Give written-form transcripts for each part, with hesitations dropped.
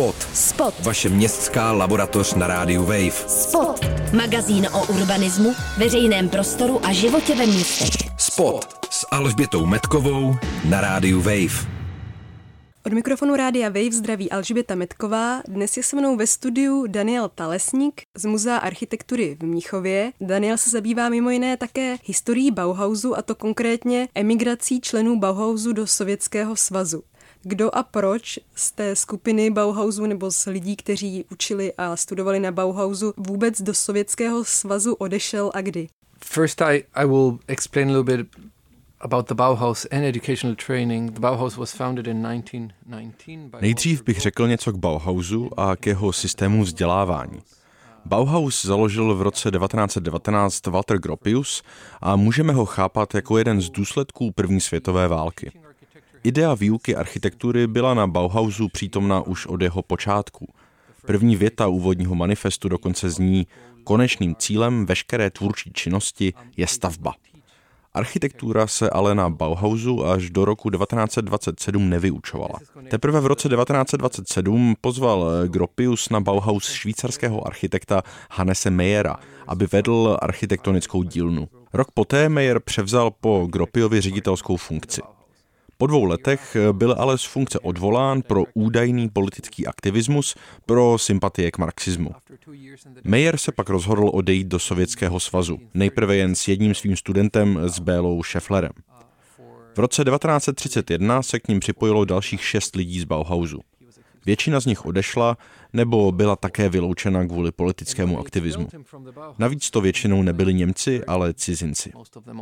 Spot. Vaše městská laboratoř na rádiu Wave. Spot. Magazín o urbanismu, veřejném prostoru a životě ve městech. Spot s Alžbětou Metkovou na rádiu Wave. Od mikrofonu rádia Wave zdraví Alžběta Metková. Dnes je se mnou ve studiu Daniel Talesník z Muzea architektury v Mnichově. Daniel se zabývá mimo jiné také historií Bauhausu, a to konkrétně emigrací členů Bauhausu do Sovětského svazu. Kdo a proč z té skupiny Bauhausu nebo z lidí, kteří učili a studovali na Bauhausu, vůbec do Sovětského svazu odešel a kdy? First I will explain a little bit about the Bauhaus and educational training. The Bauhaus was founded in 1919 by... Nejdřív bych řekl něco k Bauhausu a k jeho systému vzdělávání. Bauhaus založil v roce 1919 Walter Gropius a můžeme ho chápat jako jeden z důsledků první světové války. Idea výuky architektury byla na Bauhausu přítomná už od jeho počátku. První věta úvodního manifestu dokonce zní: konečným cílem veškeré tvůrčí činnosti je stavba. Architektura se ale na Bauhausu až do roku 1927 nevyučovala. Teprve v roce 1927 pozval Gropius na Bauhaus švýcarského architekta Hannese Mayera, aby vedl architektonickou dílnu. Rok poté Mayer převzal po Gropiovi ředitelskou funkci. Po 2 letech byl ale z funkce odvolán pro údajný politický aktivismus, pro sympatie k marxismu. Mayer se pak rozhodl odejít do Sovětského svazu, nejprve jen s jedním svým studentem, s Bélou Schefflerem. V roce 1931 se k ním připojilo dalších 6 lidí z Bauhausu. Většina z nich odešla nebo byla také vyloučena kvůli politickému aktivismu. Navíc to většinou nebyli Němci, ale cizinci.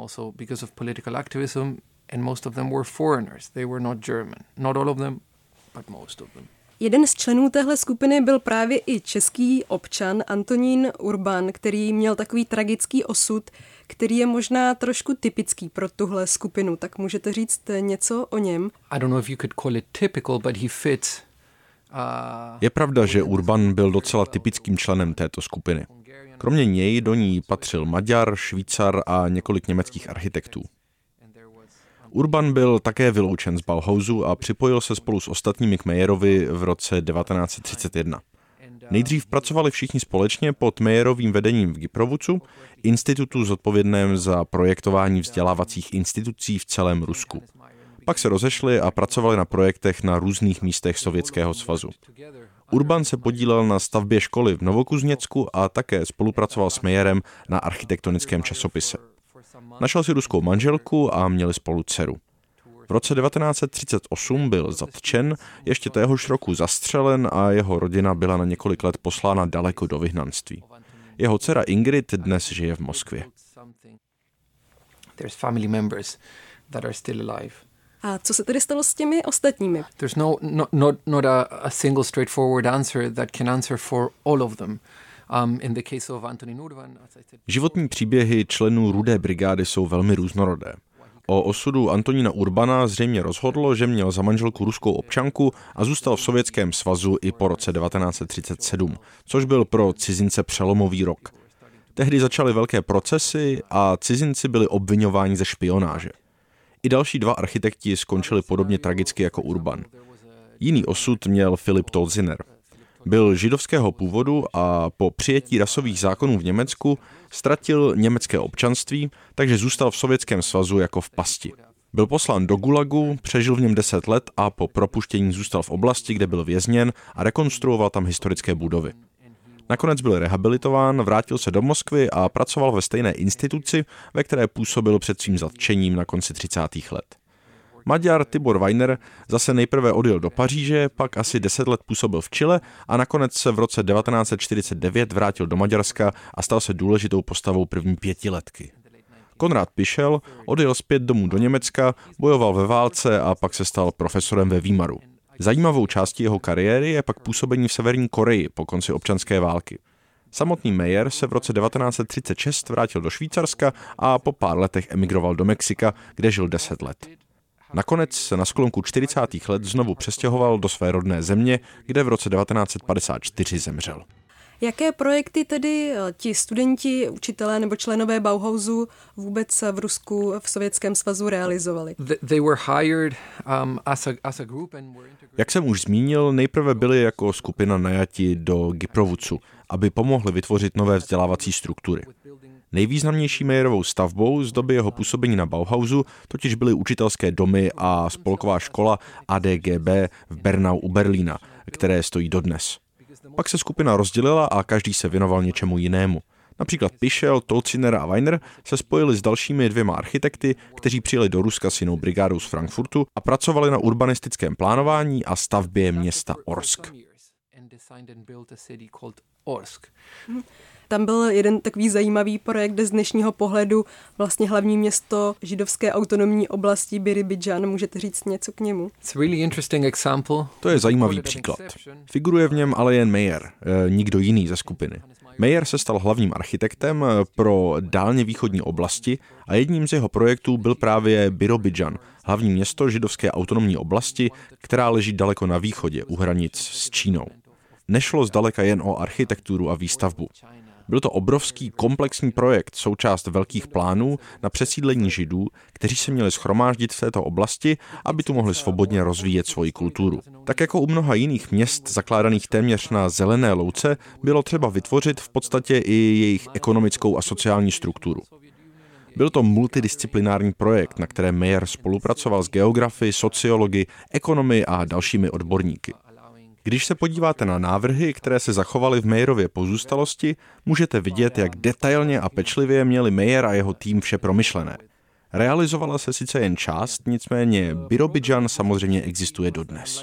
And most of them were foreigners. They were not German. Not all of them, but most of them. Jeden z členů téhle skupiny byl právě i český občan Antonín Urban, který měl takový tragický osud, který je možná trošku typický pro tuhle skupinu. Tak můžete říct něco o něm? I don't know if you could call it typical, but he fits. Je pravda, že Urban byl docela typickým členem této skupiny. Kromě něj do ní patřil Maďar, Švýcar a několik německých architektů. Urban byl také vyloučen z Bauhausu a připojil se spolu s ostatními k Mayerovi v roce 1931. Nejdřív pracovali všichni společně pod Mayerovým vedením v Giprovucu, institutu zodpovědném za projektování vzdělávacích institucí v celém Rusku. Pak se rozešli a pracovali na projektech na různých místech Sovětského svazu. Urban se podílel na stavbě školy v Novokuzněcku a také spolupracoval s Mayerem na architektonickém časopise. Našel si ruskou manželku a měli spolu dceru. V roce 1938 byl zatčen, ještě téhož roku zastřelen a jeho rodina byla na několik let poslána daleko do vyhnanství. Jeho dcera Ingrid dnes žije v Moskvě. A co se tedy stalo s těmi ostatními? There's not a single straightforward answer that can answer for all of them. Životní příběhy členů Rudé brigády jsou velmi různorodé. O osudu Antonína Urbana zřejmě rozhodlo, že měl za manželku ruskou občanku a zůstal v Sovětském svazu i po roce 1937, což byl pro cizince přelomový rok. Tehdy začaly velké procesy a cizinci byli obviňováni ze špionáže. I další 2 architekti skončili podobně tragicky jako Urban. Jiný osud měl Philipp Tolziner. Byl židovského původu a po přijetí rasových zákonů v Německu ztratil německé občanství, takže zůstal v Sovětském svazu jako v pasti. Byl poslán do Gulagu, přežil v něm 10 let a po propuštění zůstal v oblasti, kde byl vězněn, a rekonstruoval tam historické budovy. Nakonec byl rehabilitován, vrátil se do Moskvy a pracoval ve stejné instituci, ve které působil před svým zatčením na konci 30. let. Maďar Tibor Weiner zase nejprve odjel do Paříže, pak asi 10 let působil v Chile a nakonec se v roce 1949 vrátil do Maďarska a stal se důležitou postavou první 5letky. Konrad Pišel odjel zpět domů do Německa, bojoval ve válce a pak se stal profesorem ve Výmaru. Zajímavou částí jeho kariéry je pak působení v Severní Koreji po konci občanské války. Samotný Mayer se v roce 1936 vrátil do Švýcarska a po pár letech emigroval do Mexika, kde žil 10 let. Nakonec se na sklonku 40. let znovu přestěhoval do své rodné země, kde v roce 1954 zemřel. Jaké projekty tedy ti studenti, učitelé nebo členové Bauhausu vůbec v Rusku, v Sovětském svazu realizovali? Jak jsem už zmínil, nejprve byli jako skupina najati do Giprovucu, aby pomohli vytvořit nové vzdělávací struktury. Nejvýznamnější Mayerovou stavbou z doby jeho působení na Bauhausu totiž byly učitelské domy a spolková škola ADGB v Bernau u Berlína, které stojí dodnes. Pak se skupina rozdělila a každý se věnoval něčemu jinému. Například Pischel, Tolziner a Weiner se spojili s dalšími 2 architekty, kteří přijeli do Ruska s jinou brigádou z Frankfurtu a pracovali na urbanistickém plánování a stavbě města Orsk. Tam byl jeden takový zajímavý projekt, kde z dnešního pohledu vlastně hlavní město židovské autonomní oblasti Biribidžan. Můžete říct něco k němu? To je zajímavý příklad. Figuruje v něm ale jen Mayer, nikdo jiný ze skupiny. Mayer se stal hlavním architektem pro dálně východní oblasti a jedním z jeho projektů byl právě Birobidžan, hlavní město židovské autonomní oblasti, která leží daleko na východě u hranic s Čínou. Nešlo zdaleka jen o architekturu a výstavbu. Byl to obrovský komplexní projekt, součást velkých plánů na přesídlení Židů, kteří se měli shromáždit v této oblasti, aby tu mohli svobodně rozvíjet svoji kulturu. Tak jako u mnoha jiných měst zakládaných téměř na zelené louce, bylo třeba vytvořit v podstatě i jejich ekonomickou a sociální strukturu. Byl to multidisciplinární projekt, na kterém Mayer spolupracoval s geografy, sociology, ekonomy a dalšími odborníky. Když se podíváte na návrhy, které se zachovaly v Mayerově pozůstalosti, můžete vidět, jak detailně a pečlivě měli Mayer a jeho tým vše promyšlené. Realizovala se sice jen část, nicméně Birobidžan samozřejmě existuje dodnes.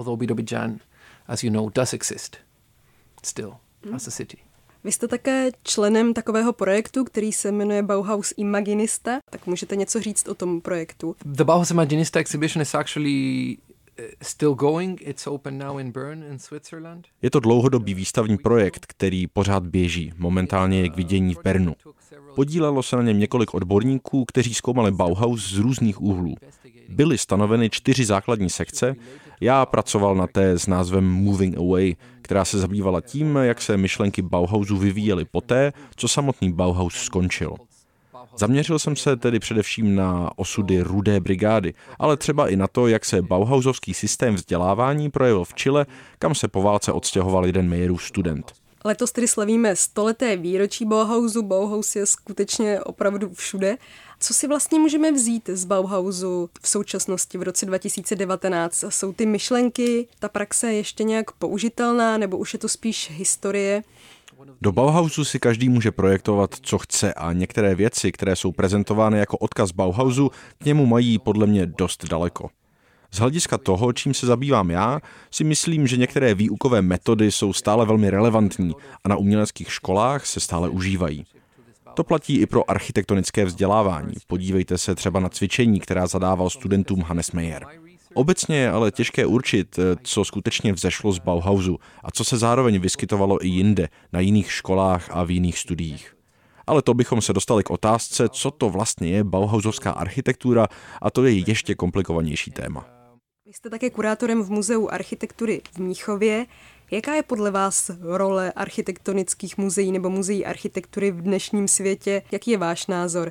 Vy jste také členem takového projektu, který se jmenuje Bauhaus Imaginista, tak můžete něco říct o tom projektu? The Bauhaus Imaginista exhibition is actually still going. It's open now in Bern in Switzerland. Je to dlouhodobý výstavní projekt, který pořád běží, momentálně je k vidění v Bernu. Podílelo se na něm několik odborníků, kteří zkoumali Bauhaus z různých úhlů. Byly stanoveny 4 základní sekce. Já pracoval na té s názvem Moving Away, která se zabývala tím, jak se myšlenky Bauhausu vyvíjely poté, co samotný Bauhaus skončil. Zaměřil jsem se tedy především na osudy Rudé brigády, ale třeba i na to, jak se bauhausovský systém vzdělávání projevil v Chile, kam se po válce odstěhoval jeden Mayerův student. Letos tedy slavíme 100leté výročí Bauhausu. Bauhaus je skutečně opravdu všude. Co si vlastně můžeme vzít z Bauhausu v současnosti v roce 2019? Jsou ty myšlenky, ta praxe ještě nějak použitelná, nebo už je to spíš historie? Do Bauhausu si každý může projektovat, co chce a některé věci, které jsou prezentovány jako odkaz Bauhausu, k němu mají podle mě dost daleko. Z hlediska toho, čím se zabývám já, si myslím, že některé výukové metody jsou stále velmi relevantní a na uměleckých školách se stále užívají. To platí i pro architektonické vzdělávání. Podívejte se třeba na cvičení, která zadával studentům Hannes Mayer. Obecně je ale těžké určit, co skutečně vzešlo z Bauhausu a co se zároveň vyskytovalo i jinde, na jiných školách a v jiných studiích. Ale to bychom se dostali k otázce, co to vlastně je bauhausovská architektura, a to je ještě komplikovanější téma. Vy jste také kurátorem v Muzeu architektury v Mnichově. Jaká je podle vás role architektonických muzeí nebo muzeí architektury v dnešním světě? Jaký je váš názor?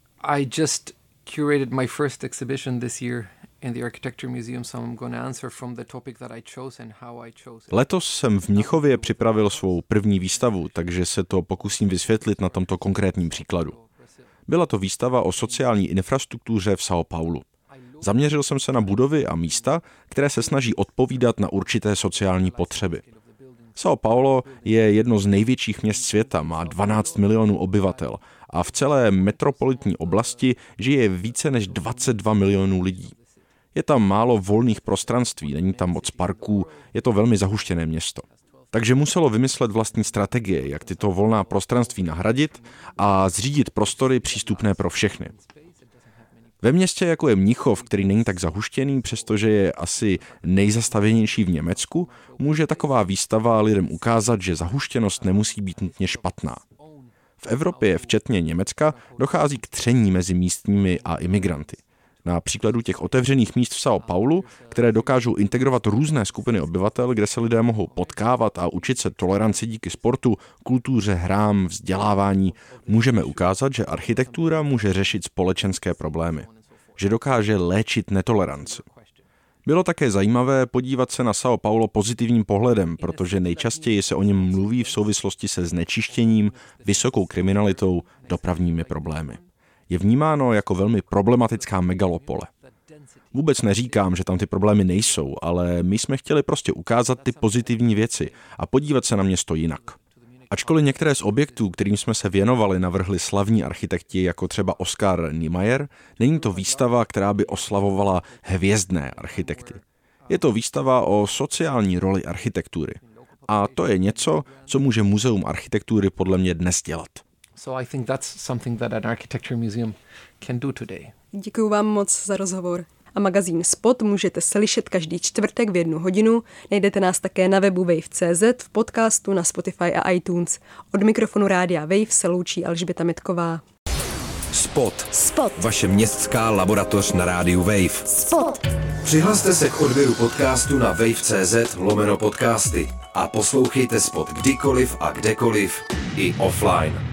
I just curated my first exhibition this year in the Architecture Museum, so I'm going to answer from the topic that I chose and how I chose it. Letos jsem v Mnichově připravil svou první výstavu, takže se to pokusím vysvětlit na tomto konkrétním příkladu. Byla to výstava o sociální infrastruktuře v São Paulu. Zaměřil jsem se na budovy a místa, které se snaží odpovídat na určité sociální potřeby. São Paulo je jedno z největších měst světa, má 12 milionů obyvatel a v celé metropolitní oblasti žije více než 22 milionů lidí. Je tam málo volných prostranství, není tam moc parků, je to velmi zahuštěné město. Takže muselo vymyslet vlastní strategie, jak tyto volná prostranství nahradit a zřídit prostory přístupné pro všechny. Ve městě, jako je Mnichov, který není tak zahuštěný, přestože je asi nejzastavěnější v Německu, může taková výstava lidem ukázat, že zahuštěnost nemusí být nutně špatná. V Evropě, včetně Německa, dochází k tření mezi místními a imigranty. Na příkladu těch otevřených míst v São Paulu, které dokážou integrovat různé skupiny obyvatel, kde se lidé mohou potkávat a učit se toleranci díky sportu, kultuře, hrám, vzdělávání, můžeme ukázat, že architektura může řešit společenské problémy, že dokáže léčit netoleranci. Bylo také zajímavé podívat se na São Paulo pozitivním pohledem, protože nejčastěji se o něm mluví v souvislosti se znečištěním, vysokou kriminalitou, dopravními problémy. Je vnímáno jako velmi problematická megalopole. Vůbec neříkám, že tam ty problémy nejsou, ale my jsme chtěli prostě ukázat ty pozitivní věci a podívat se na město jinak. Ačkoliv některé z objektů, kterým jsme se věnovali, navrhli slavní architekti, jako třeba Oskar Niemeyer, není to výstava, která by oslavovala hvězdné architekty. Je to výstava o sociální roli architektury. A to je něco, co může Muzeum architektury podle mě dnes dělat. So I think that's something that an architecture museum can do today. Děkuji vám moc za rozhovor. A magazín Spot můžete slyšet každý čtvrtek v 1 hodinu. Najdete nás také na webu Wave.cz, v podcastu, na Spotify a iTunes. Od mikrofonu Rádia Wave se loučí Alžběta Metková. Spot. Vaše městská laboratoř na rádiu Wave. Spot. Přihlaste se k odběru podcastu na wave.cz/podcasty a poslouchejte Spot kdykoliv a kdekoliv i offline.